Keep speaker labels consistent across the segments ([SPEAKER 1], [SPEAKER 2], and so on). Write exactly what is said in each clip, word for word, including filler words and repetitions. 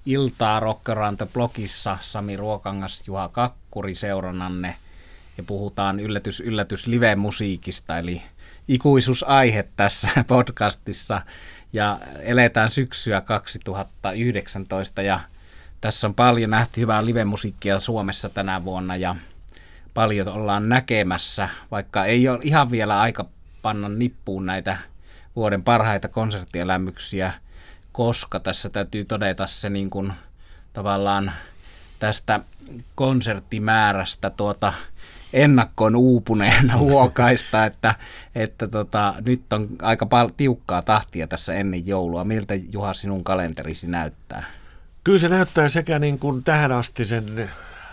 [SPEAKER 1] iltaa Rock Around the Blockissa. Sami Ruokangas, Juha Kakkuri seurannanne ja puhutaan yllätys yllätys live-musiikista, eli ikuisuusaihe tässä podcastissa ja eletään syksyä kaksituhattayhdeksäntoista ja tässä on paljon nähty hyvää live-musiikkia Suomessa tänä vuonna ja paljon ollaan näkemässä, vaikka ei ole ihan vielä aika panna nippuun näitä vuoden parhaita konserttielämyksiä, koska tässä täytyy todeta se niin kuin tavallaan tästä konserttimäärästä tuota ennakkoon uupuneena huokaista, että, että tota, nyt on aika paljon tiukkaa tahtia tässä ennen joulua. Miltä, Juha, sinun kalenterisi näyttää?
[SPEAKER 2] Kyllä se näyttää sekä niin kuin tähän asti sen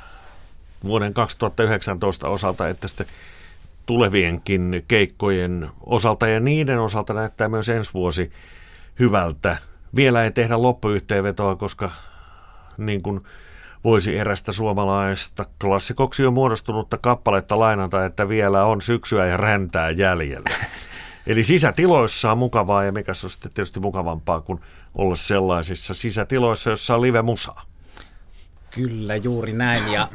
[SPEAKER 2] vuoden kaksituhattayhdeksäntoista osalta, että sitten tulevienkin keikkojen osalta ja niiden osalta näyttää myös ensi vuosi hyvältä. Vielä ei tehdä loppuyhteenvetoa, koska niin kuin voisi erästä suomalaista klassikoksi jo muodostunutta kappaletta lainata, että vielä on syksyä ja räntää jäljellä. Eli sisätiloissa on mukavaa ja mikä se on sitten tietysti mukavampaa kuin olla sellaisissa sisätiloissa, joissa on live-musaa.
[SPEAKER 1] Kyllä, juuri näin. Ja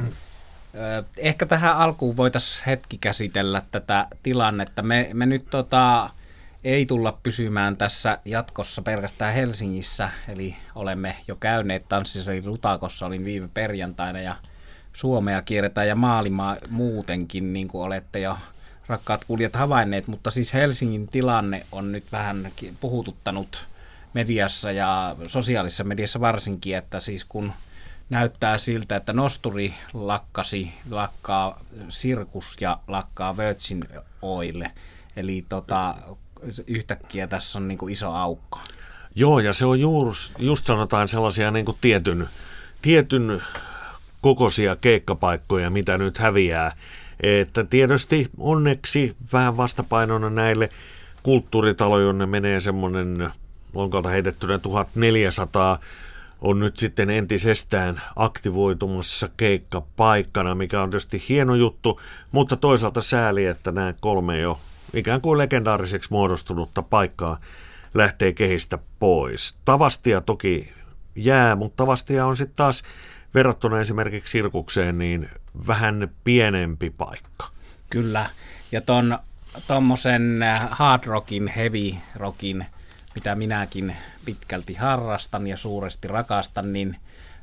[SPEAKER 1] ö, ehkä tähän alkuun voitaisiin hetki käsitellä tätä tilannetta. Me, me nyt tota, ei tulla pysymään tässä jatkossa pelkästään Helsingissä, eli olemme jo käyneet Tanssisalin Lutakossa, olin viime perjantaina ja Suomea kierretään ja maailmaa muutenkin, niin kuin olette jo rakkaat kuulijat havainneet, mutta siis Helsingin tilanne on nyt vähän puhututtanut mediassa ja sosiaalisessa mediassa varsinkin, että siis kun näyttää siltä, että Nosturi lakkasi, lakkaa Sirkus ja lakkaa Virgin Oil, eli tota, yhtäkkiä tässä on niin kuin iso aukko.
[SPEAKER 2] Joo, ja se on just, just sanotaan sellaisia niin kuin tietyn, tietyn kokoisia keikkapaikkoja, mitä nyt häviää. Että tietysti onneksi vähän vastapainona näille kulttuuritaloille, jonne menee semmoinen lonkalta heitettynä tuhatneljäsataa, on nyt sitten entisestään aktivoitumassa keikkapaikkana, mikä on tietysti hieno juttu, mutta toisaalta sääli, että nämä kolme jo ikään kuin legendaariseksi muodostunutta paikkaa lähtee kehistä pois. Tavastia toki jää, mutta Tavastia on sitten taas verrattuna esimerkiksi Sirkukseen niin vähän pienempi paikka.
[SPEAKER 1] Kyllä, ja ton tommosen hard rockin, heavy rockin, mitä minäkin pitkälti harrastan ja suuresti rakastan, niin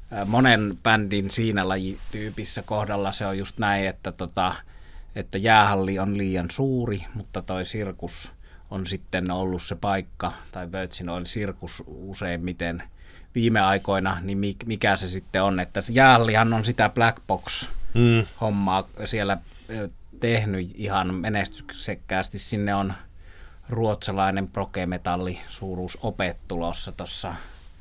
[SPEAKER 1] monen bändin siinä lajityypissä kohdalla se on just näin, että, tota, että jäähalli on liian suuri, mutta toi Sirkus on sitten ollut se paikka, tai Virgin Oil Sirkus useimmiten viime aikoina, niin mikä se sitten on, että se jäähallihan on sitä Black Box-hommaa mm. siellä tehnyt ihan menestyksekkäästi. Sinne on ruotsalainen proge-metalli suuruus Opet tulossa tuossa.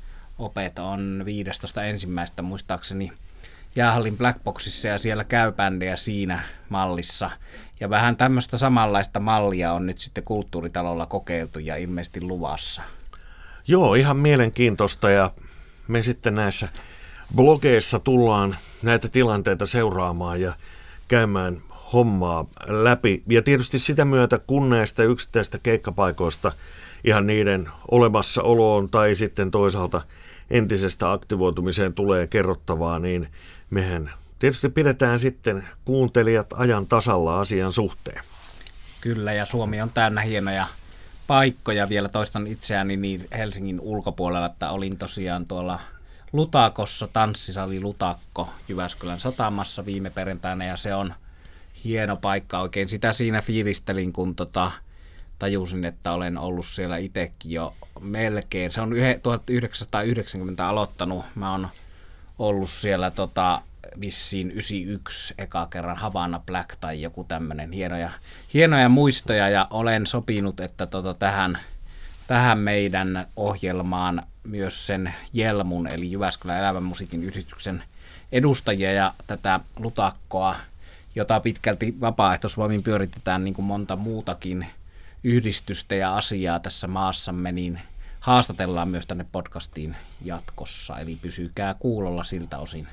[SPEAKER 1] Opet on viidestoista ensimmäistä muistaakseni jäähallin Black Boxissa ja siellä käy bändejä siinä mallissa. Ja vähän tämmöistä samanlaista mallia on nyt sitten Kulttuuritalolla kokeiltu ja ilmeisesti luvassa.
[SPEAKER 2] Joo, ihan mielenkiintoista ja me sitten näissä blogeissa tullaan näitä tilanteita seuraamaan ja käymään hommaa läpi. Ja tietysti sitä myötä, kun näistä yksittäistä keikkapaikoista ihan niiden olemassaoloon tai sitten toisaalta entisestä aktivoitumiseen tulee kerrottavaa, niin mehän tietysti pidetään sitten kuuntelijat ajan tasalla asian suhteen.
[SPEAKER 1] Kyllä, ja Suomi on täynnä hienoja paikkoja. Vielä toistan itseäni niin Helsingin ulkopuolella, että olin tosiaan tuolla Lutakossa, Tanssisali Lutakko Jyväskylän satamassa viime perjantaina, ja se on hieno paikka oikein. Sitä siinä fiilistelin, kun tota, tajusin, että olen ollut siellä itsekin jo melkein. Se on tuhatyhdeksänsataayhdeksänkymmentä aloittanut. Mä oon ollut siellä tota, vissiin yhdeksänkymmentäyksi eka kerran Havana Black tai joku tämmöinen hienoja, hienoja muistoja, ja olen sopinut, että tota, tähän, tähän meidän ohjelmaan myös sen Jelmun eli Jyväskylän elävän musiikin yhdistyksen edustajia ja tätä Lutakkoa, jota pitkälti vapaaehtoisvoimin pyöritetään niin kuin monta muutakin yhdistystä ja asiaa tässä maassamme, niin haastatellaan myös tänne podcastiin jatkossa, eli pysykää kuulolla siltä osin.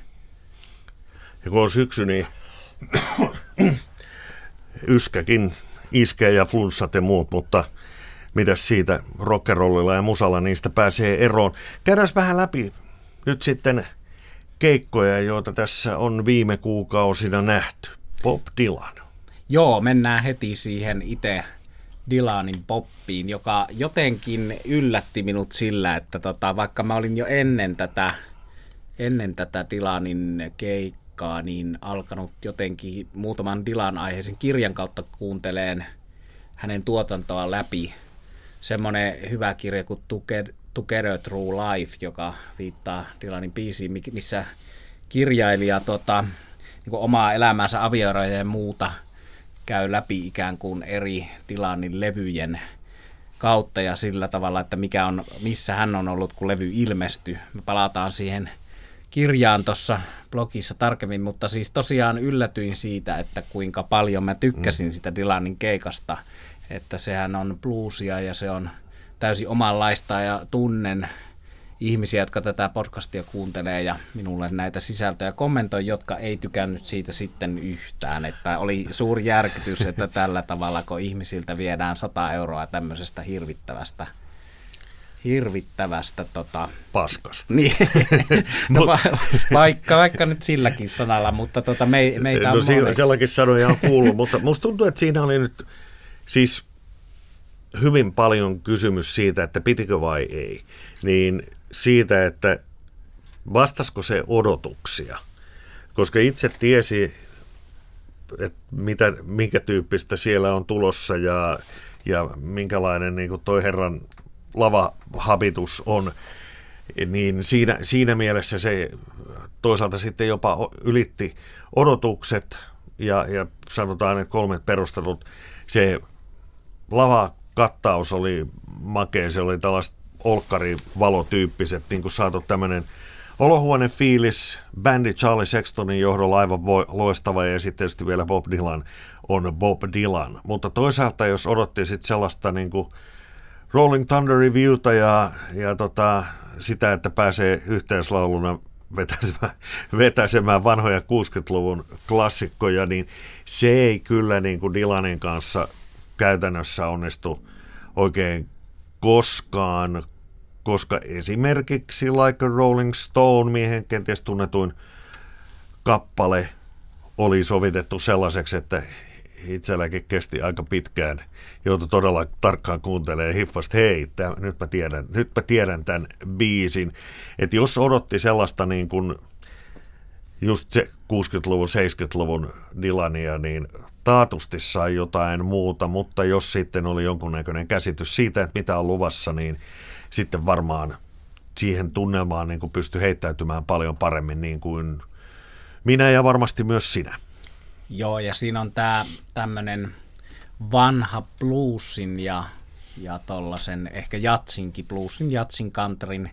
[SPEAKER 2] Ja kun on syksy, niin yskäkin iskee ja flunssat ja muut, mutta mitäs siitä rockerollilla ja musalla niistä pääsee eroon. Käydään vähän läpi nyt sitten keikkoja, joita tässä on viime kuukausina nähty. Bob Dylan.
[SPEAKER 1] Joo, mennään heti siihen itse Dylanin poppiin, joka jotenkin yllätti minut sillä, että tota, vaikka mä olin jo ennen tätä, ennen tätä Dylanin keikkaa, niin alkanut jotenkin muutaman Dylan-aiheisen kirjan kautta kuunteleen hänen tuotantoa läpi. Semmoinen hyvä kirja kuin Together Through Life, joka viittaa Dylanin biisiin, missä kirjailija tota, niin kuin omaa elämäänsä, avioeroja ja muuta käy läpi ikään kuin eri Dylanin levyjen kautta ja sillä tavalla, että mikä on, missä hän on ollut, kun levy ilmestyi. Me palataan siihen kirjaan tuossa blogissa tarkemmin, mutta siis tosiaan yllätyin siitä, että kuinka paljon mä tykkäsin sitä Dylanin keikasta, että sehän on bluesia ja se on täysin omanlaista ja tunnen ihmisiä, jotka tätä podcastia kuuntelee ja minulle näitä sisältöjä kommentoi, jotka ei tykännyt siitä sitten yhtään. Että oli suuri järkytys, että tällä tavalla, kun ihmisiltä viedään sata euroa tämmöisestä hirvittävästä, hirvittävästä tota...
[SPEAKER 2] paskasta.
[SPEAKER 1] Niin. No, va- vaikka, vaikka nyt silläkin sanalla, mutta tota, me, meitä on
[SPEAKER 2] no, moneksi. Sellakin sanoja on kuullut, mutta musta tuntuu, että siinä oli nyt siis hyvin paljon kysymys siitä, että pitikö vai ei. Niin siitä, että vastasko se odotuksia, koska itse tiesi, että mitä, minkä tyyppistä siellä on tulossa ja, ja minkälainen niin kuin toi herran lavahabitus on, niin siinä, siinä mielessä se toisaalta sitten jopa ylitti odotukset ja, ja sanotaan, että kolmet perustelut. Se lavakattaus oli makea, se oli tällaista olkkarivalotyyppiset, niin kuin saatu tämmöinen olohuoneen fiilis, bändi Charlie Sextonin johdolla aivan loistava ja sitten tietysti vielä Bob Dylan on Bob Dylan. Mutta toisaalta jos odotti sitten sellaista niin kuin Rolling Thunder Reviewta ja, ja tota, sitä, että pääsee yhteislauluna vetäisemään, vetäisemään vanhoja kuusikymmentäluvun klassikkoja, niin se ei kyllä niin kuin Dylanin kanssa käytännössä onnistu oikein koskaan, koska esimerkiksi Like a Rolling Stone, miehen kenties tunnetuin kappale, oli sovitettu sellaiseksi, että itselläkin kesti aika pitkään. Joutui todella tarkkaan kuuntelemaan ja hiffasta, hei, tämän, nyt, mä tiedän, nyt mä tiedän tämän biisin. Että jos odotti sellaista niin kuin just se kuusikymmentäluvun, seitsemänkymmentäluvun Dylania, niin taatusti sai jotain muuta, mutta jos sitten oli jonkunnäköinen käsitys siitä, että mitä on luvassa, niin sitten varmaan siihen tunnelmaan niin kuin pystyi heittäytymään paljon paremmin niin kuin minä ja varmasti myös sinä.
[SPEAKER 1] Joo, ja siinä on tämä tämmöinen vanha bluesin ja, ja tollasen ehkä jatsinkin, bluesin, jatsin, countryn,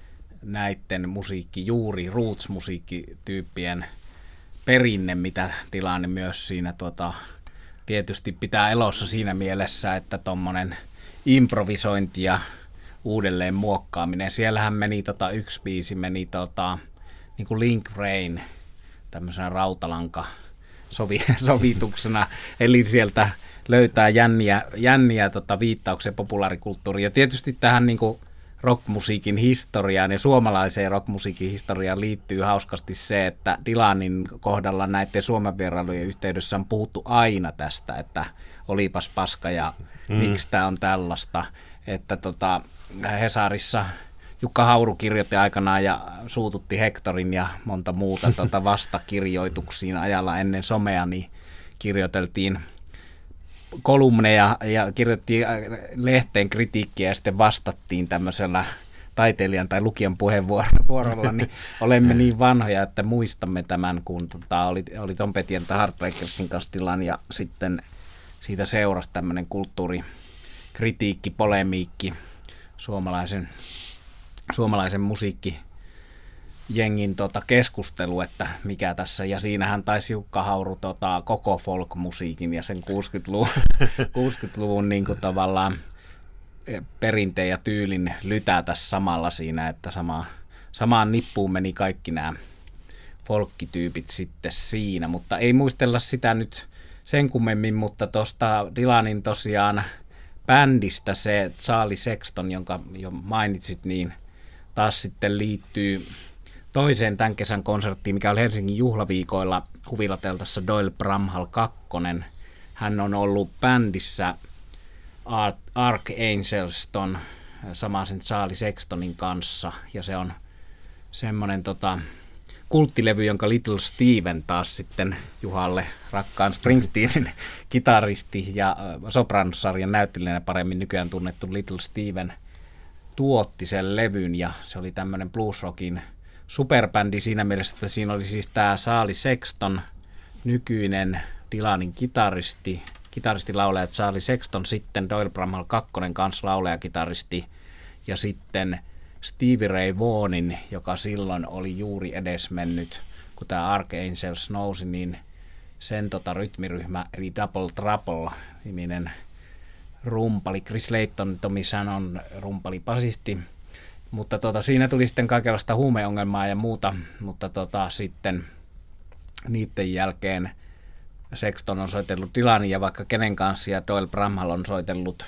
[SPEAKER 1] näiden musiikki, juuri roots-musiikkityyppien perinne, mitä Dylan myös siinä tuota, tietysti pitää elossa siinä mielessä, että tommonen improvisointi ja uudelleen muokkaaminen. Siellähän meni tota, yksi biisi, meni tota, niin kuin Link Rain, tämmöisenä rautalanka sovi, sovituksena, eli sieltä löytää jänniä, jänniä tota, viittauksia populaarikulttuuriin. Ja tietysti tähän niin kuin rockmusiikin historiaan ja suomalaiseen rockmusiikin historiaan liittyy hauskasti se, että Dylanin kohdalla näiden Suomen vierailujen yhteydessä on puhuttu aina tästä, että olipas paska ja mm. miksi tämä on tällaista. Että tota, Hesarissa Jukka Hauru kirjoitti aikanaan ja suututti Hectorin ja monta muuta tota vastakirjoituksiin ajalla ennen somea, niin kirjoiteltiin kolumneja ja kirjoittiin lehteen kritiikkiä ja sitten vastattiin tämmöisellä taiteilijan tai lukijan puheenvuorolla, niin olemme niin vanhoja, että muistamme tämän, kun tota, oli, oli Tom Petien tai Heartbreakersin kanssa Dylan ja sitten siitä seurasi tämmöinen kulttuurikritiikki, polemiikki, suomalaisen, suomalaisen musiikki jengin tota keskustelu, että mikä tässä, ja siinähän taisi Jukka Hauru tota, koko folk-musiikin ja sen kuusikymmentäluvun, kuusikymmentäluvun niin kuin tavallaan perinteen ja tyylin lytätä samalla siinä, että sama, samaan nippuun meni kaikki nämä folkkityypit sitten siinä, mutta ei muistella sitä nyt sen kummemmin, mutta tuosta Dylanin tosiaan bändistä se Charlie Sexton, jonka jo mainitsit, niin taas sitten liittyy toiseen tämän kesän konserttiin, mikä oli Helsingin juhlaviikoilla Huvilateltassa Doyle Bramhall kaksi. Hän on ollut bändissä Archangels ton samaisen Charlie Sextonin kanssa, ja se on semmoinen tota, kulttilevy, jonka Little Steven taas sitten Juhalle rakkaan Springsteenin kitaristi ja Sopranos-sarjan näyttelijänä paremmin nykyään tunnettu Little Steven tuotti sen levyn, ja se oli tämmöinen bluesrockin superbändi siinä mielessä, että siinä oli siis tämä Charlie Sexton, nykyinen Dylanin kitaristi, kitaristi-laulaja Charlie Sexton, sitten Doyle Bramhall kaksi kanssa laulaja-kitaristi, ja sitten Stevie Ray Vaughanin, joka silloin oli juuri edesmennyt, kun tämä Archangels nousi, niin sen tota rytmiryhmä, eli Double Trouble-niminen rumpali, Chris Layton, Tommy Shannon rumpali basisti, mutta tota, siinä tuli sitten kaikenlaista huumeongelmaa ja muuta, mutta tota, sitten niiden jälkeen Sexton on soitellut Dylanin ja vaikka kenen kanssa, ja Doyle Bramhall on soitellut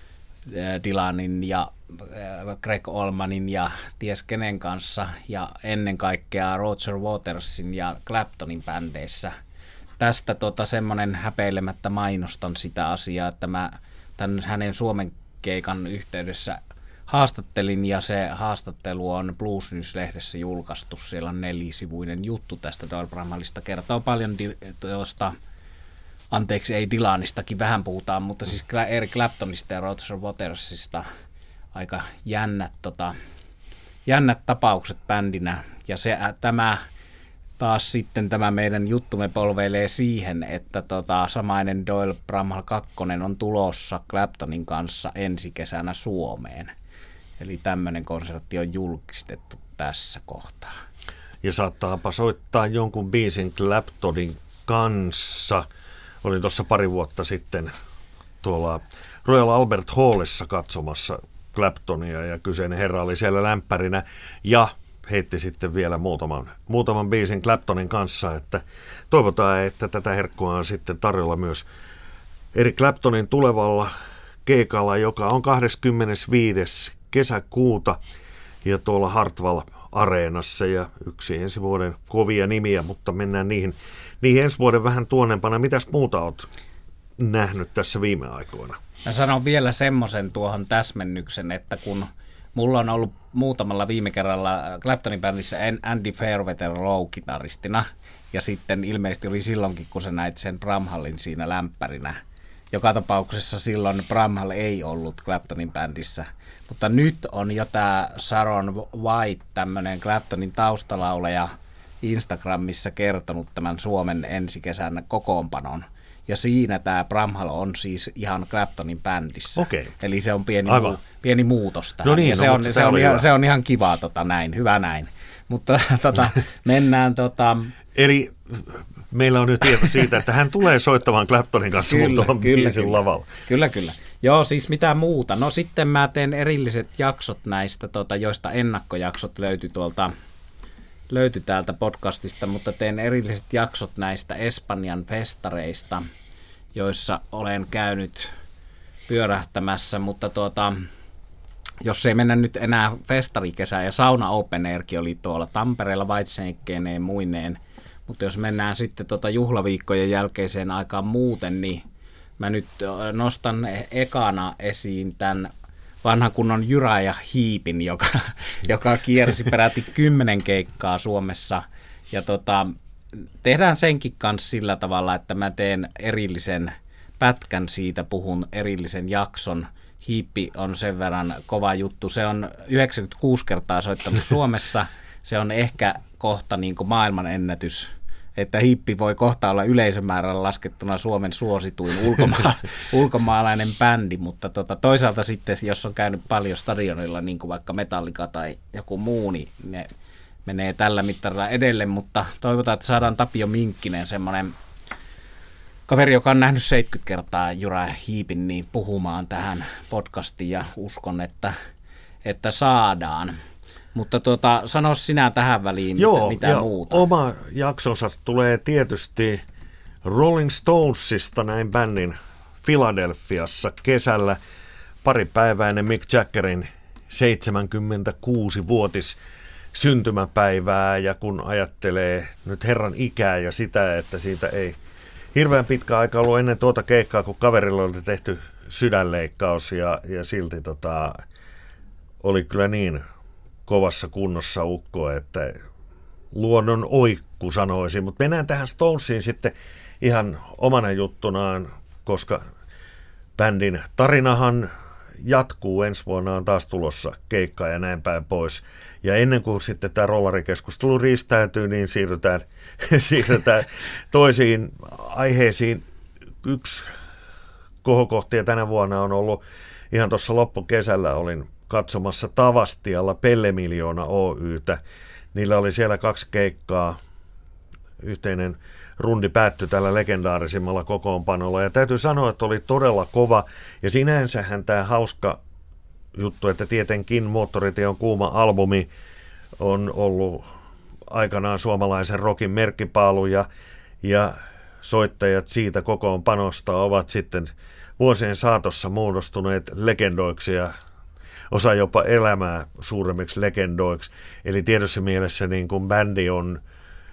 [SPEAKER 1] Dylanin ja Greg Allmanin ja ties kenen kanssa, ja ennen kaikkea Roger Watersin ja Claptonin bändeissä. Tästä tota, semmoinen häpeilemättä mainostan sitä asiaa, että mä tämän hänen Suomen keikan yhteydessä haastattelin, ja se haastattelu on Blues News-lehdessä julkaistu. Siellä on nelisivuinen juttu tästä Doyle Bramhallista. Kertoo paljon tuosta, anteeksi, ei Dylanistakin vähän puhutaan, mutta siis Eric Claptonista ja Roger Watersista aika jännät, tota, jännät tapaukset bändinä. Ja se, tämä taas sitten tämä meidän juttumme polveilee siihen, että tota, samainen Doyle Bramhall kaksi on tulossa Claptonin kanssa ensi kesänä Suomeen. Eli tämmöinen konsertti on julkistettu tässä kohtaa.
[SPEAKER 2] Ja saattaapa soittaa jonkun biisin Claptonin kanssa. Olin tuossa pari vuotta sitten tuolla Royal Albert Hallissa katsomassa Claptonia, ja kyseinen herra oli siellä lämpärinä ja heitti sitten vielä muutaman, muutaman biisin Claptonin kanssa, että toivotaan, että tätä herkkua on sitten tarjolla myös Eric Claptonin tulevalla keikalla, joka on kahdeskymmenesviides kesäkuuta ja tuolla Hartwall Areenassa, ja yksi ensi vuoden kovia nimiä, mutta mennään niihin, niihin ensi vuoden vähän tuonnempana. Mitäs muuta olet nähnyt tässä viime aikoina?
[SPEAKER 1] Mä sanon vielä semmoisen tuohon täsmennyksen, että kun mulla on ollut muutamalla viime kerralla Claptonin bändissä Andy Fairweather Low-kitaristina, ja sitten ilmeisesti oli silloinkin, kun sä näit sen Bramhallin siinä lämpärinä. Joka tapauksessa silloin Bramhall ei ollut Claptonin bändissä, mutta nyt on jo tämä Sharon White, tämmöinen Claptonin taustalaulaja, Instagramissa kertonut tämän Suomen ensi kesän kokoonpanon. Ja siinä tämä Bramhall on siis ihan Claptonin bändissä.
[SPEAKER 2] Okei.
[SPEAKER 1] Eli se on pieni, muu, pieni muutos tähän.
[SPEAKER 2] No niin,
[SPEAKER 1] ja se,
[SPEAKER 2] no,
[SPEAKER 1] on, se, on ihan, se on ihan kiva tota, näin, hyvä näin. Mutta tota, mennään... Tota...
[SPEAKER 2] Eli meillä on nyt tieto siitä, että hän tulee soittamaan Claptonin kanssa muutaman biisin lavalla.
[SPEAKER 1] Kyllä, kyllä. Joo, siis mitä muuta. No sitten mä teen erilliset jaksot näistä, tota, joista ennakkojaksot löytyi tuolta... löytyi täältä podcastista, mutta teen erilliset jaksot näistä Espanjan festareista, joissa olen käynyt pyörähtämässä, mutta tuota, jos ei mennä nyt enää festarikesään, ja Sauna Open Airkin oli tuolla Tampereella Whitesnakeineen muineen, mutta jos mennään sitten tuota juhlaviikkojen jälkeiseen aikaan muuten, niin mä nyt nostan ekana esiin tämän vanhan kunnon Jyräjä Hiipin, joka, joka kiersi peräti kymmenen keikkaa Suomessa. Ja tota, tehdään senkin kanssa sillä tavalla, että mä teen erillisen pätkän siitä, puhun erillisen jakson. Hiippi on sen verran kova juttu. Se on yhdeksänkymmentäkuusi kertaa soittanut Suomessa. Se on ehkä kohta niin kuin maailmanennätys, että Hiippi voi kohta olla yleisömäärällä laskettuna Suomen suosituin ulkoma- ulkomaalainen bändi, mutta tota, toisaalta sitten, jos on käynyt paljon stadionilla, niin kuin vaikka Metallica tai joku muu, niin ne menee tällä mittarilla edelleen, mutta toivotaan, että saadaan Tapio Minkkinen, semmoinen kaveri, joka on nähnyt seitsemänkymmentä kertaa Jyräjä Hiipin, niin puhumaan tähän podcastiin, ja uskon, että, että saadaan. Mutta tuota, sano sinä tähän väliin,
[SPEAKER 2] Joo,
[SPEAKER 1] mitä, mitä muuta.
[SPEAKER 2] Oma jaksonsa tulee tietysti Rolling Stonesista, näin bändin Philadelphiassa kesällä. Pari päivää ennen Mick Jaggerin seitsemänkymmentäkuusi-vuotis syntymäpäivää, ja kun ajattelee nyt herran ikää ja sitä, että siitä ei hirveän pitkä aika ollut ennen tuota keikkaa, kun kaverilla oli tehty sydänleikkaus, ja, ja silti tota, oli kyllä niin kovassa kunnossa ukko, että luonnon oikku sanoisin. Mutta mennään tähän Stonesiin sitten ihan omana juttunaan, koska bändin tarinahan jatkuu. Ensi vuonna on taas tulossa keikka ja näin päin pois. Ja ennen kuin sitten tämä rollarikeskustelu riistäytyy, niin siirrytään, siirrytään toisiin aiheisiin. Yksi kohokohtia tänä vuonna on ollut ihan tuossa loppukesällä. Olin katsomassa Tavastialla Pelle Miljoona Oy:tä. Niillä oli siellä kaksi keikkaa. Yhteinen rundi päättyi tällä legendaarisimmalla kokoonpanolla. Ja täytyy sanoa, että oli todella kova. Ja sinänsähän tämä hauska juttu, että tietenkin Moottoritie on kuuma albumi, on ollut aikanaan suomalaisen rockin merkkipaalu, ja, ja soittajat siitä kokoonpanosta ovat sitten vuosien saatossa muodostuneet legendoiksi ja osa jopa elämää suuremmiksi legendoiksi. Eli tietyssä mielessä niin kuin bändi on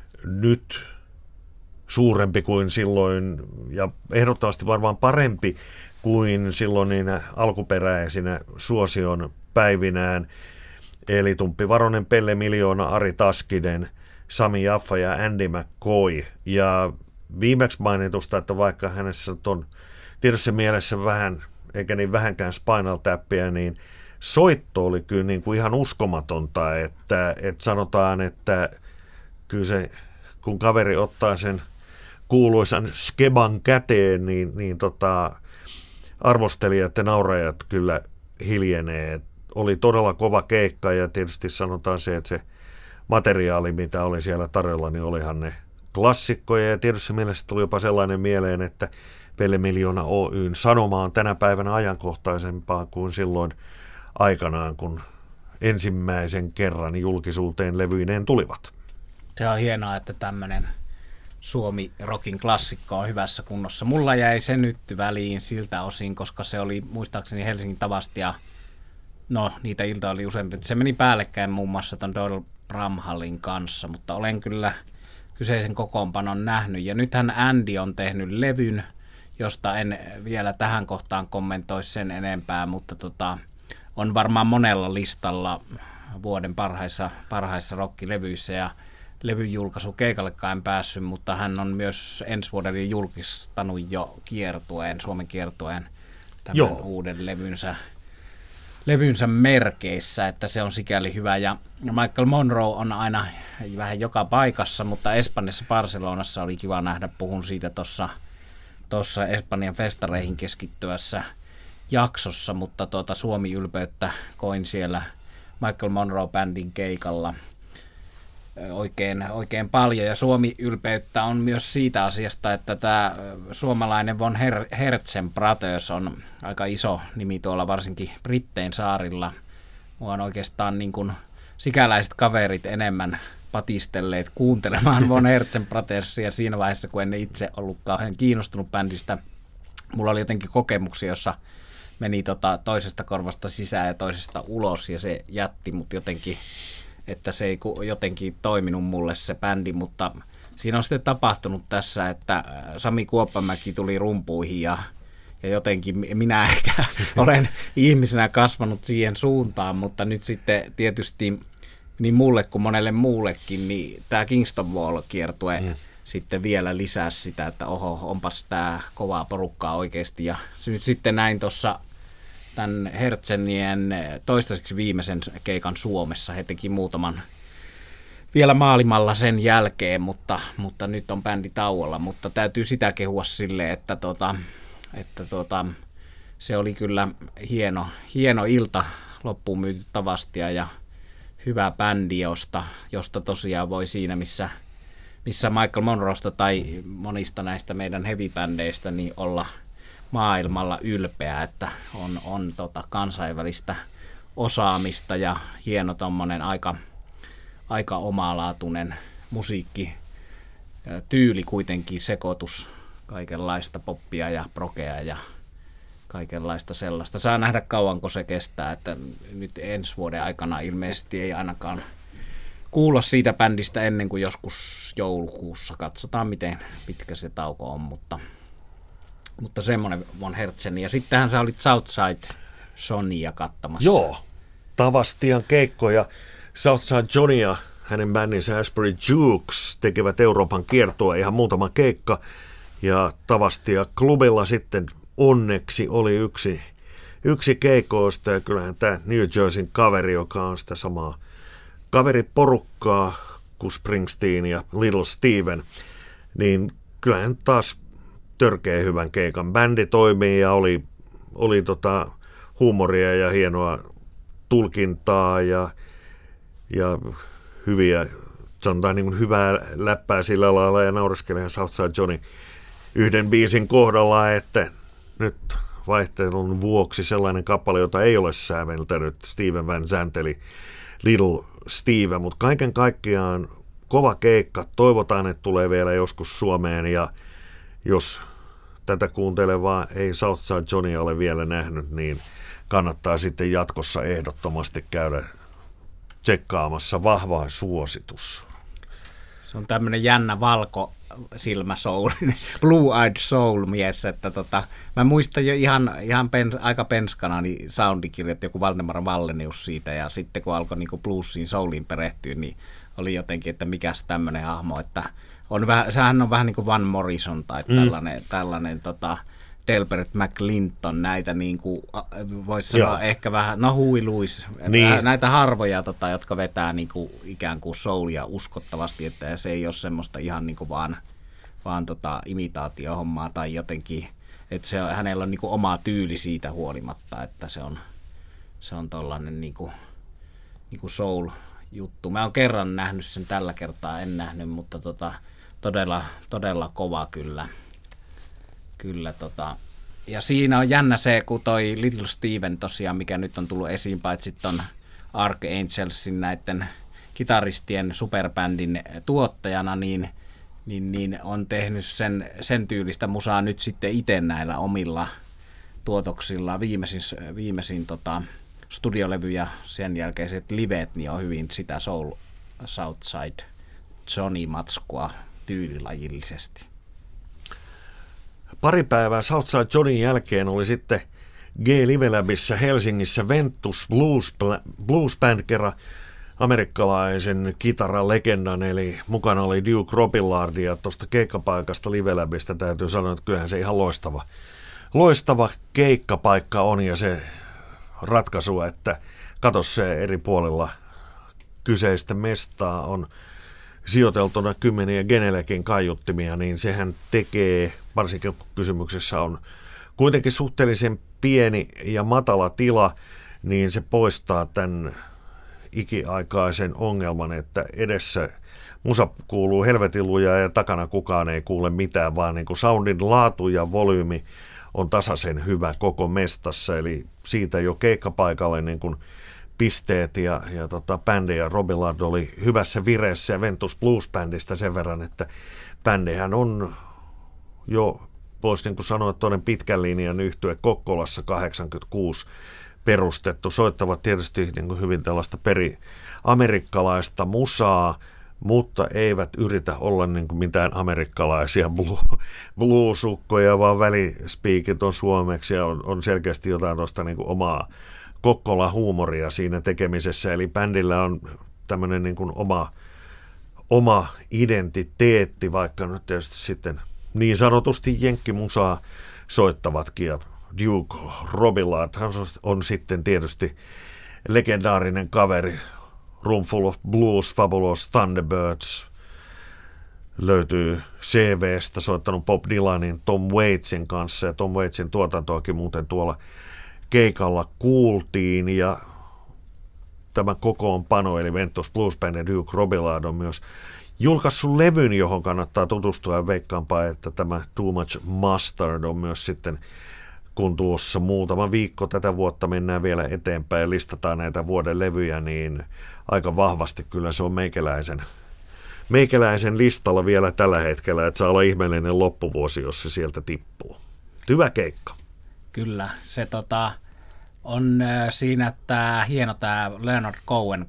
[SPEAKER 2] nyt suurempi kuin silloin, ja ehdottomasti varmaan parempi kuin silloin niinä alkuperäisinä suosion päivinään. Eli Tumppi Varonen, Pelle Miljoona, Ari Taskinen, Sami Jaffa ja Andy McCoy. Ja viimeksi mainitusta, että vaikka hänessä on tietyssä mielessä vähän, eikä niin vähänkään Spinal Tapia, niin soitto oli kyllä niin kuin ihan uskomatonta, että, että sanotaan, että kyllä se, kun kaveri ottaa sen kuuluisan skeban käteen, niin, niin tota, arvostelijat ja naurajat kyllä hiljenee. Oli todella kova keikka, ja tietysti sanotaan se, että se materiaali, mitä oli siellä tarjolla, niin olihan ne klassikkoja, ja tietysti mielessä tuli jopa sellainen mieleen, että Pelle Miljoona Oy:n sanoma on tänä päivänä ajankohtaisempaa kuin silloin aikanaan, kun ensimmäisen kerran julkisuuteen levyineen tulivat.
[SPEAKER 1] Se on hienoa, että tämmöinen Suomi-rockin klassikko on hyvässä kunnossa. Mulla jäi se nyt väliin siltä osin, koska se oli muistaakseni Helsingin Tavastia. No, niitä ilta oli useampi. Se meni päällekkäin muun muassa ton Doyle Bramhallin kanssa, mutta olen kyllä kyseisen kokoonpanon nähnyt. Ja nythän Andy on tehnyt levyn, josta en vielä tähän kohtaan kommentoi sen enempää, mutta tota, on varmaan monella listalla vuoden parhaissa, parhaissa rockilevyissä, ja levyn julkaisu keikallekaan en päässyt, mutta hän on myös ensi vuodelle julkistanut jo kiertueen, Suomen kiertueen tämän Joo. uuden levynsä, levynsä merkeissä, että se on sikäli hyvä. Ja Michael Monroe on aina vähän joka paikassa, mutta Espanjassa, Barcelonassa oli kiva nähdä, puhun siitä tuossa tuossa Espanjan festareihin keskittyvässä jaksossa, mutta tuota Suomi-ylpeyttä koin siellä Michael Monroe-bändin keikalla oikein, oikein paljon, ja Suomi-ylpeyttä on myös siitä asiasta, että tämä suomalainen Von Her- Hertzen Brothers on aika iso nimi tuolla varsinkin Brittein saarilla. Mua on oikeastaan niin kuin sikäläiset kaverit enemmän patistelleet kuuntelemaan Von Hertzen Brothersia siinä vaiheessa, kun en itse ollut kauhean kiinnostunut bändistä. Mulla oli jotenkin kokemuksia, jossa meni tota toisesta korvasta sisään ja toisesta ulos, ja se jätti mut jotenkin, että se ei jotenkin toiminut mulle se bändi, mutta siinä on sitten tapahtunut tässä, että Sami Kuoppamäki tuli rumpuihin, ja, ja jotenkin minä ehkä olen ihmisenä kasvanut siihen suuntaan, mutta nyt sitten tietysti niin mulle kuin monelle muullekin, niin tämä Kingston Wall-kiertue mm. sitten vielä lisää sitä, että oho, onpas tämä kovaa porukkaa oikeasti. Ja nyt sitten näin tuossa tämän Hertzenien toistaiseksi viimeisen keikan Suomessa. He teki muutaman vielä maailmalla sen jälkeen, mutta, mutta nyt on bändi tauolla. Mutta täytyy sitä kehua silleen, että, tota, että tota, se oli kyllä hieno, hieno ilta loppuun myyty Tavastia, ja hyvä bändi, josta, josta tosiaan voi siinä, missä, missä Michael Monroesta tai monista näistä meidän heavy-bändeistä, niin olla maailmalla ylpeä, että on, on tota kansainvälistä osaamista ja hieno tommonen aika, aika omalaatuinen musiikki, tyyli kuitenkin, sekoitus kaikenlaista poppia ja prokea ja kaikenlaista sellaista. Saa nähdä kauanko se kestää, että nyt ensi vuoden aikana ilmeisesti ei ainakaan kuulla siitä bändistä ennen kuin joskus joulukuussa. Katsotaan, miten pitkä se tauko on, mutta, mutta semmoinen Von Herzen. Ja sittenhän sä olit Southside Sonya kattamassa.
[SPEAKER 2] Joo, Tavastian keikkoja. Southside Johnny ja hänen bändinsä Asbury Jukes tekevät Euroopan kiertoa ihan muutama keikka. Ja Tavastia klubilla sitten onneksi oli yksi, yksi keikoista. Ja kyllähän tämä New Jerseyn kaveri, joka on sitä samaa kaveriporukkaa kuin Springsteen ja Little Steven, niin kyllähän taas törkeä hyvän keikan. Bändi toimii ja oli, oli tota huumoria ja hienoa tulkintaa ja, ja hyviä, sanotaan niin kuin hyvää läppää sillä lailla ja naureskelehan Southside Johnny yhden biisin kohdalla, että nyt vaihtelun vuoksi sellainen kappale, jota ei ole säveltänyt Steven Van Zandt eli Little Steven, mutta kaiken kaikkiaan kova keikka. Toivotaan, että tulee vielä joskus Suomeen ja jos tätä kuuntelevaa ei Southside Johnny ole vielä nähnyt, niin kannattaa sitten jatkossa ehdottomasti käydä tsekkaamassa. Vahva suositus.
[SPEAKER 1] Se on tämmöinen jännä valko silmä soul, blue-eyed soul mies, että tota, mä muistan jo ihan, ihan pens, aika penskana niin soundikirjat, joku Valdemar Vallenius siitä, ja sitten kun alkoi niin bluesiin, souliin perehtyä, niin oli jotenkin, että mikäs tämmöinen hahmo, että on vähän, sehän on vähän niin kuin Van Morrison tai tällainen, mm. tällainen tota, Delbert McClinton, näitä niin kuin, voisi sanoa Joo. ehkä vähän, no Huey Lewis, niin. näitä harvoja, tota, jotka vetää niin kuin, ikään kuin soulia uskottavasti, että se ei ole semmoista ihan niin kuin vaan, vaan tota, imitaatiohommaa tai jotenkin, että se on, hänellä on niin kuin oma tyyli siitä huolimatta, että se on, se on tollainen niin kuin, niin kuin soul-juttu. Mä oon kerran nähnyt sen, tällä kertaa en nähnyt, mutta tota, todella, todella kova kyllä. Kyllä, tota. Ja siinä on jännä se, kun toi Little Steven tosiaan, mikä nyt on tullut esiin, paitsi ton Archangelsin näiden kitaristien superbändin tuottajana, niin, niin, niin on tehnyt sen, sen tyylistä musaa nyt sitten itse näillä omilla tuotoksilla. Viimeisin, viimeisin tota, studiolevy ja sen jälkeiset livet, niin on hyvin sitä Soul Southside Johnny-matskua tyylilajillisesti.
[SPEAKER 2] Pari päivää Southside Johnny jälkeen oli sitten G-Live Labissa Helsingissä Ventus Blues, Blues Band kerran amerikkalaisen kitaralegendan, eli mukana oli Duke Robillard, ja tuosta keikkapaikasta Live Labista täytyy sanoa, että kyllähän se ihan loistava, loistava keikkapaikka on, ja se ratkaisu, että katso se eri puolilla kyseistä mestaa on sijoiteltuna kymmeniä Genelekin kaiuttimia, niin sehän tekee, varsinkin kun kysymyksessä on kuitenkin suhteellisen pieni ja matala tila, niin se poistaa tämän ikiaikaisen ongelman, että edessä musa kuuluu helvetin lujaa ja takana kukaan ei kuule mitään, vaan niin kuin soundin laatu ja volyymi on tasaisen hyvä koko mestassa, eli siitä jo keikkapaikalle niin kuin pisteet ja, ja tota, bändi ja Robillard oli hyvässä vireessä ja Ventus Blues Bandista sen verran, että bändihän on jo, voisi niin kuin sanoa, toinen pitkän linjan yhtye Kokkolassa kahdeksankymmentäkuusi perustettu. Soittavat tietysti niin kuin hyvin tällaista peri amerikkalaista musaa, mutta eivät yritä olla niin kuin mitään amerikkalaisia bluesukkoja, vaan välispiikit on suomeksi ja on, on selkeästi jotain tuosta niin kuin omaa Kokkola-huumoria siinä tekemisessä, eli bändillä on tämmöinen niin kuin oma, oma identiteetti, vaikka nyt tietysti sitten niin sanotusti jenkkimusaa soittavatkin, ja Duke Robillard hän on sitten tietysti legendaarinen kaveri, Room Full of Blues, Fabulous Thunderbirds, löytyy C V:stä, soittanut Bob Dylanin Tom Waitsin kanssa, ja Tom Waitsin tuotantoakin muuten tuolla keikalla kuultiin, ja tämä kokoonpano, eli Ventus Blues Band ja Duke Robillard on myös julkaissut levyn, johon kannattaa tutustua, ja veikkaanpa, että tämä Too Much Mustard on myös sitten, kun tuossa muutama viikko tätä vuotta mennään vielä eteenpäin ja listataan näitä vuoden levyjä, niin aika vahvasti kyllä se on meikäläisen, meikäläisen listalla vielä tällä hetkellä, että saa olla ihmeellinen loppuvuosi, jos se sieltä tippuu. Hyvä keikka.
[SPEAKER 1] Kyllä, se tota, on äh, siinä tämä hieno tämä Leonard Cohen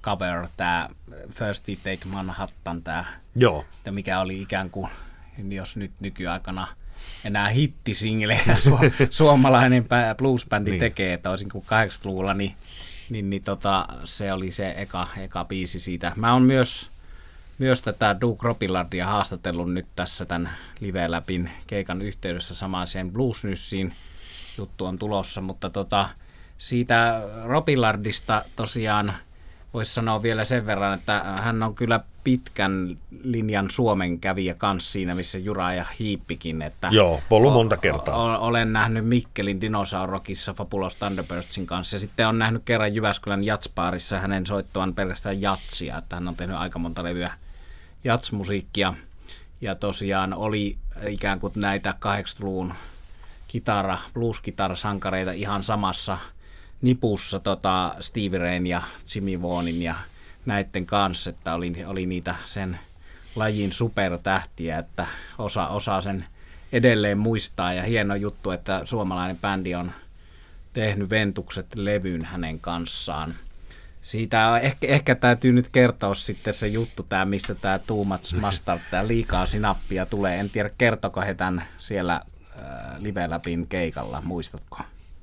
[SPEAKER 1] cover, tämä First We Take Manhattan, tämä,
[SPEAKER 2] Joo.
[SPEAKER 1] mikä oli ikään kuin, jos nyt nykyaikana enää hittisinglejä su- suomalainen bluesbändi niin. tekee, toisin kuin kahdeksankymmentäluvulla, niin, niin, niin tota, se oli se eka, eka biisi siitä. Mä oon myös, myös tätä Duke Robbillardia haastatellut nyt tässä tämän Live Labin keikan yhteydessä samaiseen Bluesnyssiin. Juttu on tulossa, mutta tota, siitä Robbillardista tosiaan voisi sanoa vielä sen verran, että hän on kyllä pitkän linjan Suomen kävijä kanssa siinä, missä Jura ja Hiippikin. Että
[SPEAKER 2] Joo, ollut monta kertaa.
[SPEAKER 1] O- olen nähnyt Mikkelin Dinosaurokissa Fabulous Thunderbirdsin kanssa ja sitten on nähnyt kerran Jyväskylän Jatsbaarissa hänen soittavan pelkästään jatsia, että hän on tehnyt aika monta levyä jatsmusiikkia ja tosiaan oli ikään kuin näitä kahdeksankymmentäluvun kitara, blues-kitarasankareita ihan samassa nipussa tota Stevie Rayn ja Jimmy Vaughanin ja näiden kanssa, että oli, oli niitä sen lajin supertähtiä, että osa, osaa sen edelleen muistaa ja hieno juttu, että suomalainen bändi on tehnyt Ventukset levyn hänen kanssaan. Siitä ehkä, ehkä täytyy nyt kertoa sitten se juttu, tämä, mistä tämä Too Much Mustard, tämä liikaa sinappia tulee. En tiedä, kertoko he tämän siellä äh, Live Labin keikalla, muistatko?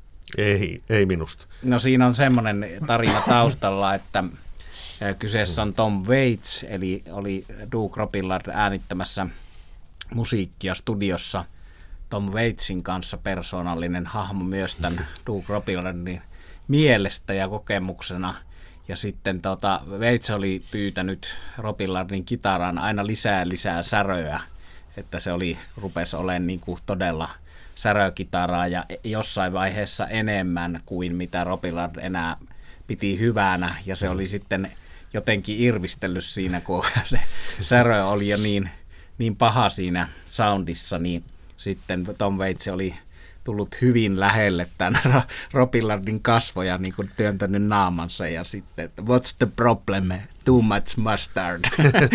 [SPEAKER 2] Ei, ei minusta.
[SPEAKER 1] No siinä on semmoinen tarina taustalla, että kyseessä on Tom Waits, eli oli Duke Robillard äänittämässä musiikkia studiossa. Tom Waitsin kanssa persoonallinen hahmo myös tämän Duke Robillardin mielestä ja kokemuksena. Ja sitten tota, Waits oli pyytänyt Robillardin kitaraan aina lisää lisää säröä, että se oli, rupesi olemaan niin kuin todella särökitaraa ja jossain vaiheessa enemmän kuin mitä Robillard enää piti hyvänä. Ja se oli sitten jotenkin irvistellyt siinä, kun se särö oli jo niin, niin paha siinä soundissa, niin sitten Tom Waits oli tullut hyvin lähelle tämän Robillardin kasvoja, niin kuin työntänyt naamansa ja sitten, että what's the problem? Too much mustard.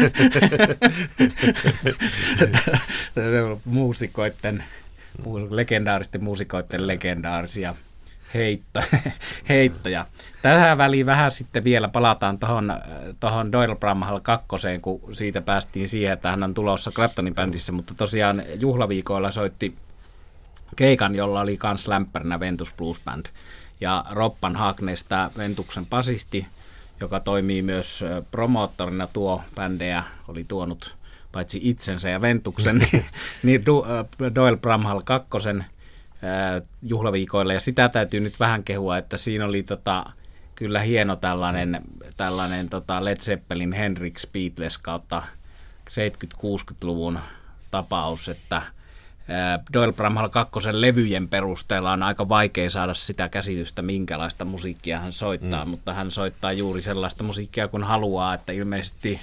[SPEAKER 1] Muusikoiden, legendaaristen muusikoiden legendaarisia heitto, heittoja. Tähän väliin vähän sitten vielä palataan tuohon tohon Doyle Bramhall kakkoseen, kun siitä päästiin siihen, että hän on tulossa Claptonin bändissä, mutta tosiaan juhlaviikoilla soitti keikan, jolla oli kans lämpärinä Ventus Blues Band. Ja Robban Hackness, tämä Ventuksen basisti, joka toimii myös promoottorina, tuo bändejä, oli tuonut paitsi itsensä ja Ventuksen, niin, niin Doyle Bramhall kakkosen juhlaviikoille, ja sitä täytyy nyt vähän kehua, että siinä oli tota, kyllä hieno tällainen, tällainen tota Led Zeppelin, Hendrix, Beatles kautta seitsemänkymmentä-kuusikymmentäluvun tapaus, että Doyle Bramhall kakkosen levyjen perusteella on aika vaikea saada sitä käsitystä, minkälaista musiikkia hän soittaa, mm. mutta hän soittaa juuri sellaista musiikkia, kun haluaa, että ilmeisesti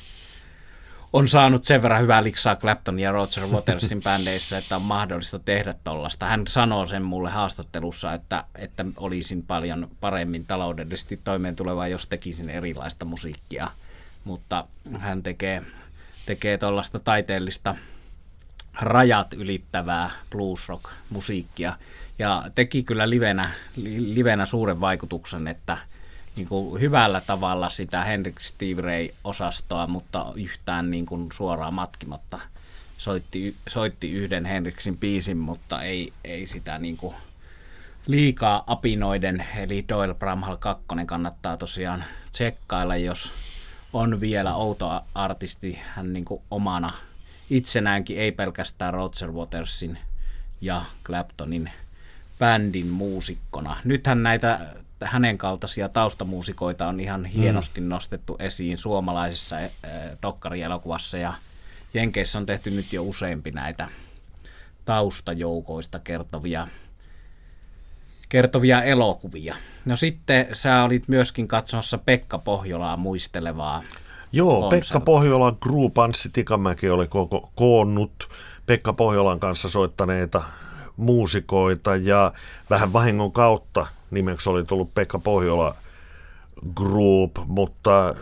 [SPEAKER 1] on saanut sen verran hyvää liksaa Clapton ja Roger Watersin bändeissä, että on mahdollista tehdä tollaista. Hän sanoo sen mulle haastattelussa, että, että olisin paljon paremmin taloudellisesti toimeentuleva, jos tekisin erilaista musiikkia. Mutta hän tekee, tekee tollaista taiteellista rajat ylittävää blues-rock-musiikkia. Ja teki kyllä livenä, livenä suuren vaikutuksen, että niin kuin hyvällä tavalla sitä Hendrix Stevie Ray-osastoa, mutta yhtään niin kuin suoraan matkimatta. Soitti, soitti yhden Hendrixin biisin, mutta ei, ei sitä niin kuin liikaa apinoiden. Eli Doyle Bramhall kakkonen kannattaa tosiaan tsekkailla, jos on vielä outo artisti hän niin kuin omana itsenäänkin, ei pelkästään Roger Watersin ja Claptonin bändin muusikkona. Nythän näitä hänen kaltaisia taustamuusikoita on ihan hienosti mm. nostettu esiin suomalaisessa äh, dokkarielokuvassa, ja Jenkeissä on tehty nyt jo useampi näitä taustajoukoista kertovia, kertovia elokuvia. No sitten sä olit myöskin katsomassa Pekka Pohjolaa muistelevaa.
[SPEAKER 2] Joo,
[SPEAKER 1] konsertti.
[SPEAKER 2] Pekka Pohjola Group, Anssi Tikamäki oli koko, koonnut Pekka Pohjolan kanssa soittaneita muusikoita, ja vähän vahingon kautta nimeksi oli tullut Pekka Pohjola Group, mutta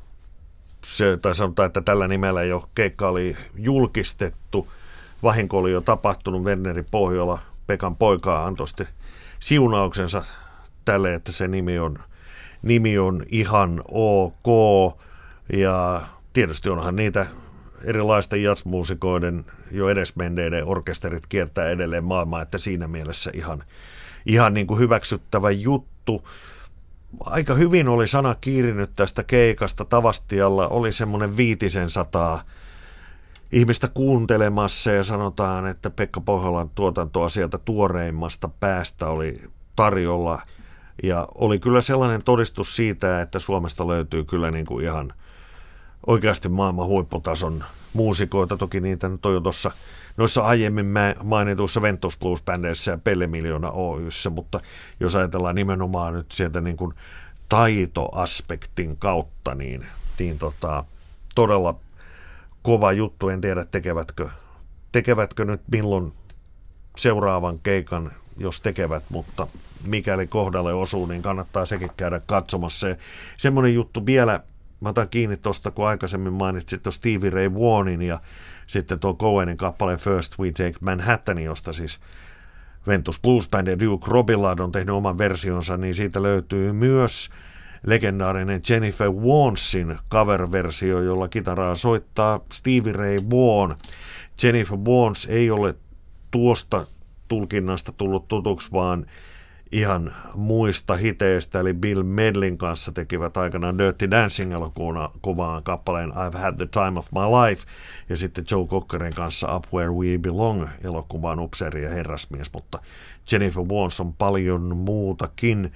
[SPEAKER 2] se, tai sanotaan, että tällä nimellä jo keikka oli julkistettu. Vahinko oli jo tapahtunut. Verneri Pohjola, Pekan poika, antoi sitten siunauksensa tälle, että se nimi on nimi on ihan ok, ja tietysti onhan niitä erilaisten jazzmuusikoiden jo edesmenneiden orkesterit kiertää edelleen maailmaa, että siinä mielessä ihan, ihan niin kuin hyväksyttävä juttu. Aika hyvin oli sana kiirinyt tästä keikasta. Tavastialla oli semmoinen viitisen sataa ihmistä kuuntelemassa ja sanotaan, että Pekka Pohjolan tuotantoa sieltä tuoreimmasta päästä oli tarjolla. Ja oli kyllä sellainen todistus siitä, että Suomesta löytyy kyllä niin kuin ihan oikeasti maailman huipputason muusikoita. Toki niitä nyt on jo tuossa noissa aiemmin mainituissa Ventus Blues-bändeissä ja Pelle Miljoona Oy:ssä, mutta jos ajatellaan nimenomaan nyt sieltä niin kuin taitoaspektin kautta, niin, niin tota, todella kova juttu. En tiedä, tekevätkö, tekevätkö nyt milloin seuraavan keikan, jos tekevät, mutta mikäli kohdalle osuu, niin kannattaa sekin käydä katsomassa. Ja semmoinen juttu vielä, mä otan kiinni tuosta, kun aikaisemmin mainitsit tuon Stevie Ray Vaughanin ja sitten tuon Cohenin kappaleen First We Take Manhattan, josta siis Ventus Blues Band ja Duke Robillard on tehnyt oman versionsa, niin siitä löytyy myös legendaarinen Jennifer Warnesin cover-versio, jolla kitaraa soittaa Stevie Ray Vaughan. Jennifer Warnes ei ole tuosta tulkinnasta tullut tutuksi, vaan ihan muista hiteistä, eli Bill Medlin kanssa tekivät aikanaan Dirty Dancing-elokuvaan kappaleen I've Had the Time of My Life, ja sitten Joe Cockerin kanssa Up Where We Belong -elokuvaan upseeri ja herrasmies, mutta Jennifer Warnes on paljon muutakin.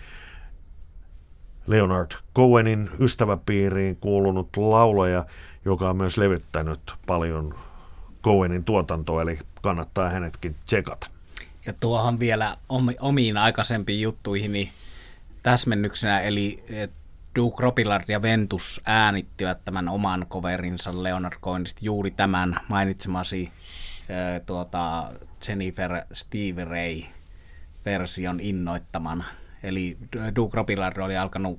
[SPEAKER 2] Leonard Cohenin ystäväpiiriin kuulunut laulaja, joka on myös levyttänyt paljon Cohenin tuotantoa, eli kannattaa hänetkin tsekata.
[SPEAKER 1] Ja tuohon vielä omiin aikaisempiin juttuihini täsmennyksenä, eli Duke Robillard ja Ventus äänittivät tämän oman coverinsa Leonard Cohenista juuri tämän mainitsemasi äh, tuota, Jennifer Stevie Ray version innoittamana. Eli Duke Robillard oli alkanut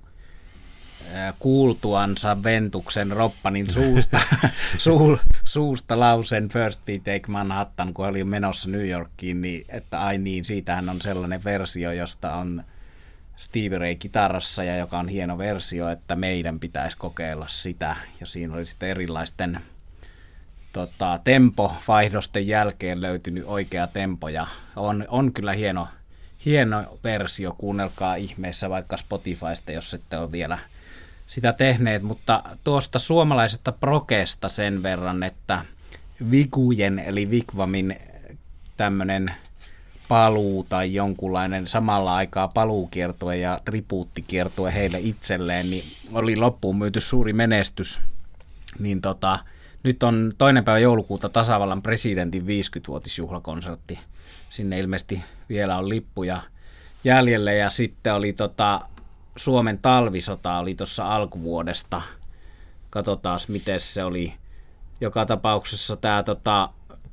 [SPEAKER 1] äh, kuultuansa Ventuksen roppanin suusta, su, suusta lauseen First We Take Manhattan, kun oli menossa New Yorkiin, niin että ai niin, siitähän on sellainen versio, josta on Stevie Ray kitarassa ja joka on hieno versio, että meidän pitäisi kokeilla sitä. Ja siinä oli sitten erilaisten tota, tempovaihdosten jälkeen löytynyt oikea tempo ja on, on kyllä hieno, hieno versio. Kuunnelkaa ihmeessä vaikka Spotifysta, jos ette ole vielä sitä tehneet, mutta tuosta suomalaisesta prokesta sen verran, että Vigujen eli Vigvamin tämmöinen paluu tai jonkunlainen samalla aikaa paluukiertue ja tribuuttikiertue heille itselleen, niin oli loppuun myyty suuri menestys. Niin tota, nyt on toinen päivä joulukuuta tasavallan presidentin viisikymmenvuotisjuhlakonsertti. Sinne ilmeisesti vielä on lippuja jäljellä ja sitten oli tota Suomen talvisota oli tuossa alkuvuodesta. Katsotaan, miten se oli. Joka tapauksessa tämä tota,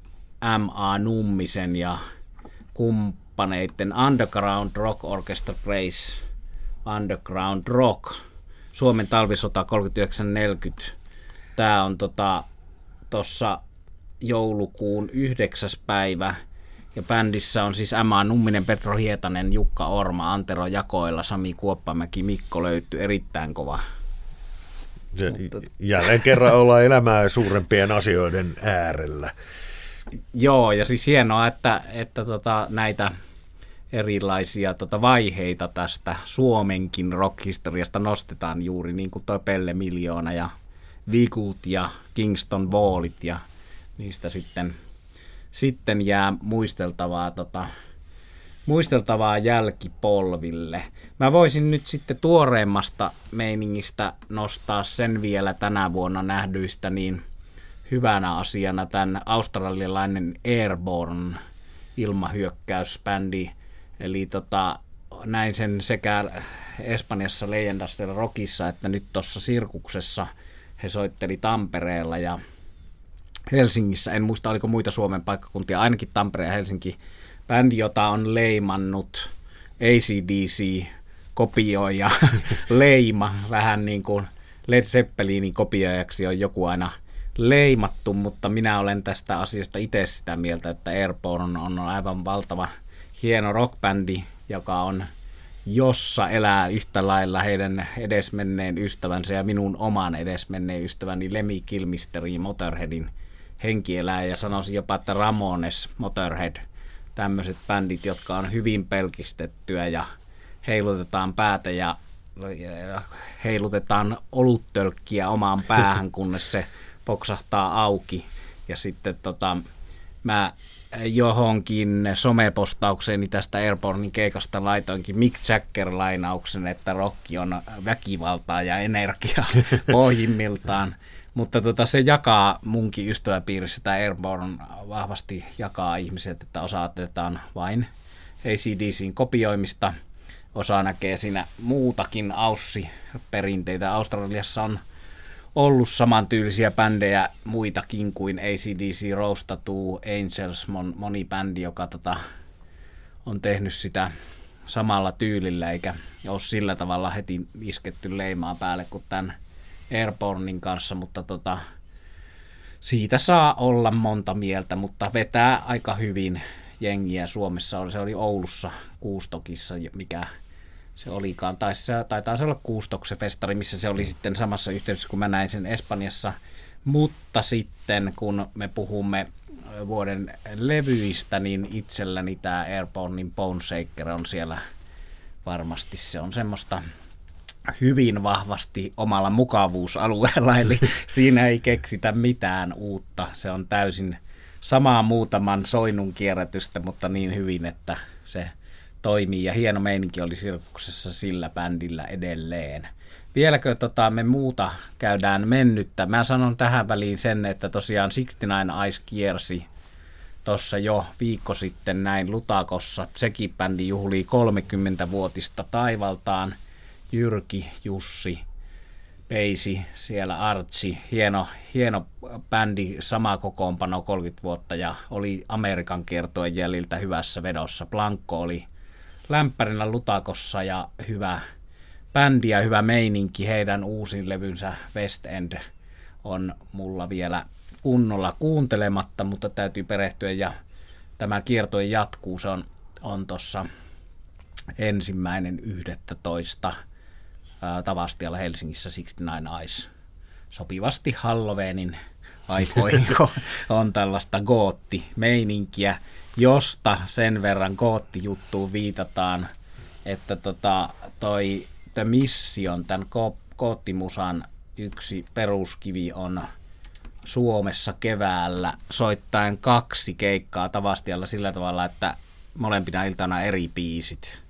[SPEAKER 1] M A Nummisen ja kumppaneiden Underground Rock Orchestra Grace Underground Rock Suomen talvisota kolmekymmentäyhdeksän neljäkymmentä. Tämä on tuossa tota, joulukuun yhdeksäs päivä. Ja bändissä on siis M A Numminen, Petro Hietanen, Jukka Orma, Antero Jakoilla, Sami Kuoppamäki, Mikko Löytty, erittäin kova.
[SPEAKER 2] Ja, jälleen kerran ollaan elämää suurempien asioiden äärellä.
[SPEAKER 1] Joo, ja siis hienoa, että, että tota, näitä erilaisia tota, vaiheita tästä Suomenkin rock-historiasta nostetaan juuri niin kuin toi Pelle Miljoona ja Vigut ja Kingston Wallit ja niistä sitten... Sitten jää muisteltavaa, tota, muisteltavaa jälkipolville. Mä voisin nyt sitten tuoreemmasta meiningistä nostaa sen vielä tänä vuonna nähdyistä niin hyvänä asiana tämän australialainen Airborne ilmahyökkäysbändi. Eli tota, näin sen sekä Espanjassa Leijendassa ja Rockissa että nyt tuossa Sirkuksessa he soitteli Tampereella ja Helsingissä, en muista oliko muita Suomen paikkakuntia, ainakin Tampere ja Helsinki, bändi, jota on leimannut A C D C, kopioi ja leima, vähän niin kuin Led Zeppelinin kopioijaksi on joku aina leimattu, mutta minä olen tästä asiasta itse sitä mieltä, että Airborne on aivan valtava hieno rockbändi, joka on jossa elää yhtä lailla heidän edesmenneen ystävänsä ja minun oman edesmenneen ystäväni Lemmy Kilmisterin Motorheadin henki elää, ja sanoisin jopa, että Ramones, Motorhead, tämmöiset bändit, jotka on hyvin pelkistettyä ja heilutetaan päätä ja heilutetaan oluttölkkiä omaan päähän, kunnes se poksahtaa auki. Ja sitten tota, mä johonkin somepostaukseeni tästä Airbornin keikasta laitoinkin Mick Jagger-lainauksen, että rokki on väkivaltaa ja energiaa pohjimmiltaan. Mutta tota, se jakaa munkin ystäväpiirissä, tämä Airborne vahvasti jakaa ihmiset, että osa otetaan vain A C D C:n kopioimista. Osa näkee siinä muutakin Aussi-perinteitä. Australiassa on ollut samantyylisiä bändejä muitakin kuin A C D C, Rose Tattoo, Angels, mon, moni bändi, joka tota, on tehnyt sitä samalla tyylillä, eikä ole sillä tavalla heti isketty leimaa päälle kuin tämän Airbornin kanssa, mutta tota, siitä saa olla monta mieltä, mutta vetää aika hyvin jengiä Suomessa. Se oli Oulussa Kuustokissa, mikä se olikaan. Taisi se, taitaa se olla Kuustoksen festari, missä se oli sitten samassa yhteydessä, kun mä näin sen Espanjassa. Mutta sitten, kun me puhumme vuoden levyistä, niin itselläni tämä Airbornin Bone Shaker on siellä varmasti. Se on semmoista hyvin vahvasti omalla mukavuusalueella, eli siinä ei keksitä mitään uutta. Se on täysin samaa muutaman soinun kierrätystä, mutta niin hyvin, että se toimii. Ja hieno meininki oli Sirkuksessa sillä bändillä edelleen. Vieläkö tota, me muuta käydään mennyttä? Mä sanon tähän väliin sen, että tosiaan kuusikymmentäyhdeksän Eyes kiersi tuossa jo viikko sitten näin Lutakossa. Sekin bändi juhlii kolmekymmentävuotista taivaltaan. Jyrki, Jussi, Peisi, siellä Artsi, hieno, hieno bändi, sama kokoonpano kolmekymmentä vuotta ja oli Amerikan kiertojen jäljiltä hyvässä vedossa. Blanco oli lämpärinä Lutakossa ja hyvä bändi ja hyvä meininki. Heidän uusin levynsä West End on mulla vielä kunnolla kuuntelematta, mutta täytyy perehtyä ja tämä kiertojen jatkuu. Se on, on tuossa ensimmäinen yhdestoista Tavastialla Helsingissä kuusikymmentäyhdeksän Eyes. Sopivasti Halloweenin aikoihin, kun on tällaista gootti-meininkiä, josta sen verran gootti-juttuun viitataan, että tota, toi The Mission, tämän goottimusan yksi peruskivi on Suomessa keväällä soittaen kaksi keikkaa Tavastialla sillä tavalla, että molempina iltana eri biisit.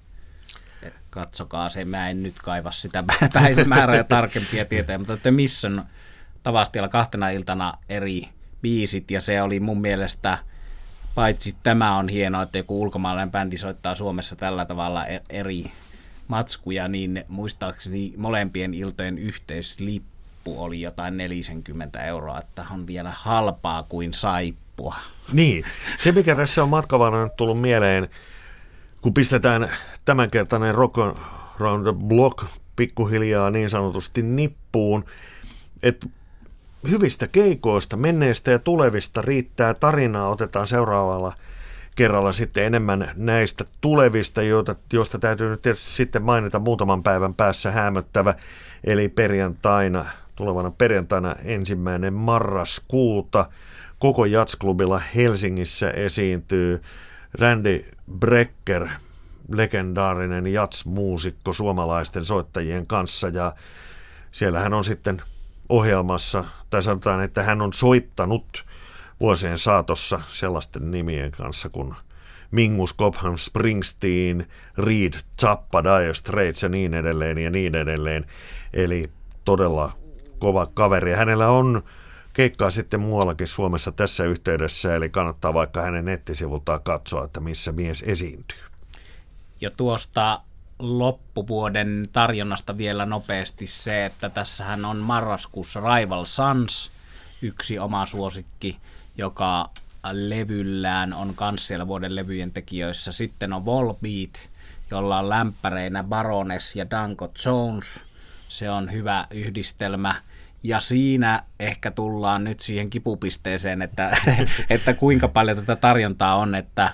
[SPEAKER 1] Katsokaa se, mä en nyt kaiva sitä päivämäärää ja tarkempia tietoja, mutta The Mission Tavastialla kahtena iltana eri biisit, ja se oli mun mielestä, paitsi tämä on hienoa, että joku ulkomaalainen bändi soittaa Suomessa tällä tavalla eri matskuja, niin muistaakseni molempien iltojen yhteislippu oli jotain neljäkymmentä euroa, että on vielä halpaa kuin saippua.
[SPEAKER 2] Niin, se mikä tässä on matkavarana tullut mieleen, kun pistetään tämänkertainen Rock Around the Block pikkuhiljaa niin sanotusti nippuun, että hyvistä keikoista, menneistä ja tulevista riittää tarinaa, otetaan seuraavalla kerralla sitten enemmän näistä tulevista, joita, joista täytyy nyt tietysti sitten mainita muutaman päivän päässä häämöttävä, eli perjantaina, tulevana perjantaina ensimmäinen marraskuuta koko Jazz-klubilla Helsingissä esiintyy Randy Brecker, legendaarinen jazz-muusikko suomalaisten soittajien kanssa, ja siellä hän on sitten ohjelmassa, tai sanotaan, että hän on soittanut vuosien saatossa sellaisten nimien kanssa kuin Mingus, Cobham, Springsteen, Reed, Zappa, Dire Straits ja niin edelleen ja niin edelleen. Eli todella kova kaveri. Hänellä on keikkaa sitten muuallakin Suomessa tässä yhteydessä, eli kannattaa vaikka hänen nettisivultaan katsoa, että missä mies esiintyy.
[SPEAKER 1] Ja tuosta loppuvuoden tarjonnasta vielä nopeasti se, että tässähän on marraskuussa Rival Sons, yksi oma suosikki, joka levyllään on kans siellä vuoden levyjen tekijöissä. Sitten on Volbeat, jolla on lämpäreinä Baroness ja Danko Jones. Se on hyvä yhdistelmä. Ja siinä ehkä tullaan nyt siihen kipupisteeseen, että, että kuinka paljon tätä tarjontaa on, että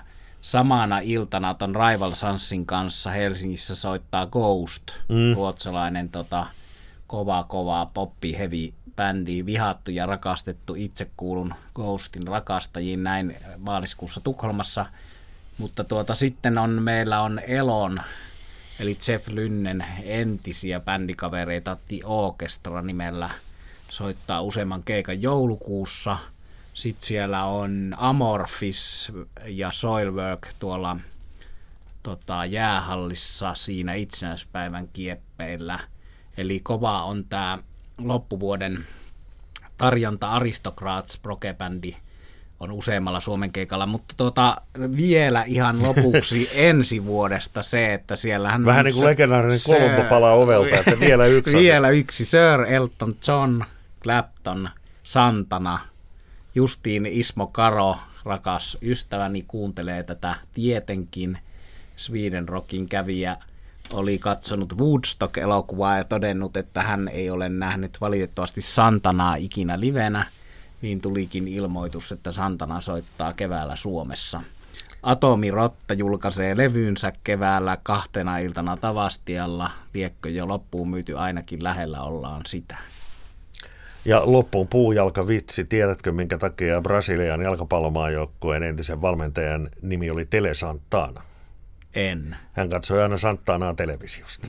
[SPEAKER 1] samana iltana ton Rival Sunsin kanssa Helsingissä soittaa Ghost, mm. ruotsalainen tota, kova kova poppi heavy bändi, vihattu ja rakastettu. Itse kuulun Ghostin rakastajiin näin maaliskuussa Tukholmassa. Mutta tuota, sitten on, meillä on Elon, eli Jeff Lynnen entisiä bändikavereita, The Orchestra nimellä, soittaa useamman keikan joulukuussa. Sitten siellä on Amorphis ja Soilwork tuolla tota, jäähallissa siinä itsenäispäivän kieppeillä. Eli kova on tämä loppuvuoden tarjonta. Aristocrats Proge-bändi on useammalla Suomen keikalla, mutta tuota, vielä ihan lopuksi ensi vuodesta se, että siellähän
[SPEAKER 2] vähän niin kuin legendaarinen Kolumbo palaa ovelta, että vielä yksi
[SPEAKER 1] Vielä yksi, Sir Elton John, Clapton, Santana, justiin Ismo Karo, rakas ystäväni, kuuntelee tätä tietenkin. Sweden Rockin kävijä oli katsonut Woodstock-elokuvaa ja todennut, että hän ei ole nähnyt valitettavasti Santanaa ikinä livenä, niin tulikin ilmoitus, että Santana soittaa keväällä Suomessa. Atomi Rotta julkaisee levynsä keväällä kahtena iltana Tavastialla. Liekkö jo loppuun myyty, ainakin lähellä ollaan sitä.
[SPEAKER 2] Ja loppuun puujalkavitsi. Tiedätkö, minkä takia Brasilian jalkapallomaajoukkueen entisen valmentajan nimi oli Tele Santana?
[SPEAKER 1] En.
[SPEAKER 2] Hän katsoi aina Santanaa televisiosta.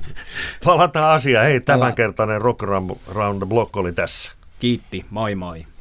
[SPEAKER 2] Palataan asiaan. Hei, tämänkertainen Rock Round the Block oli tässä.
[SPEAKER 1] Kiitti, moi moi.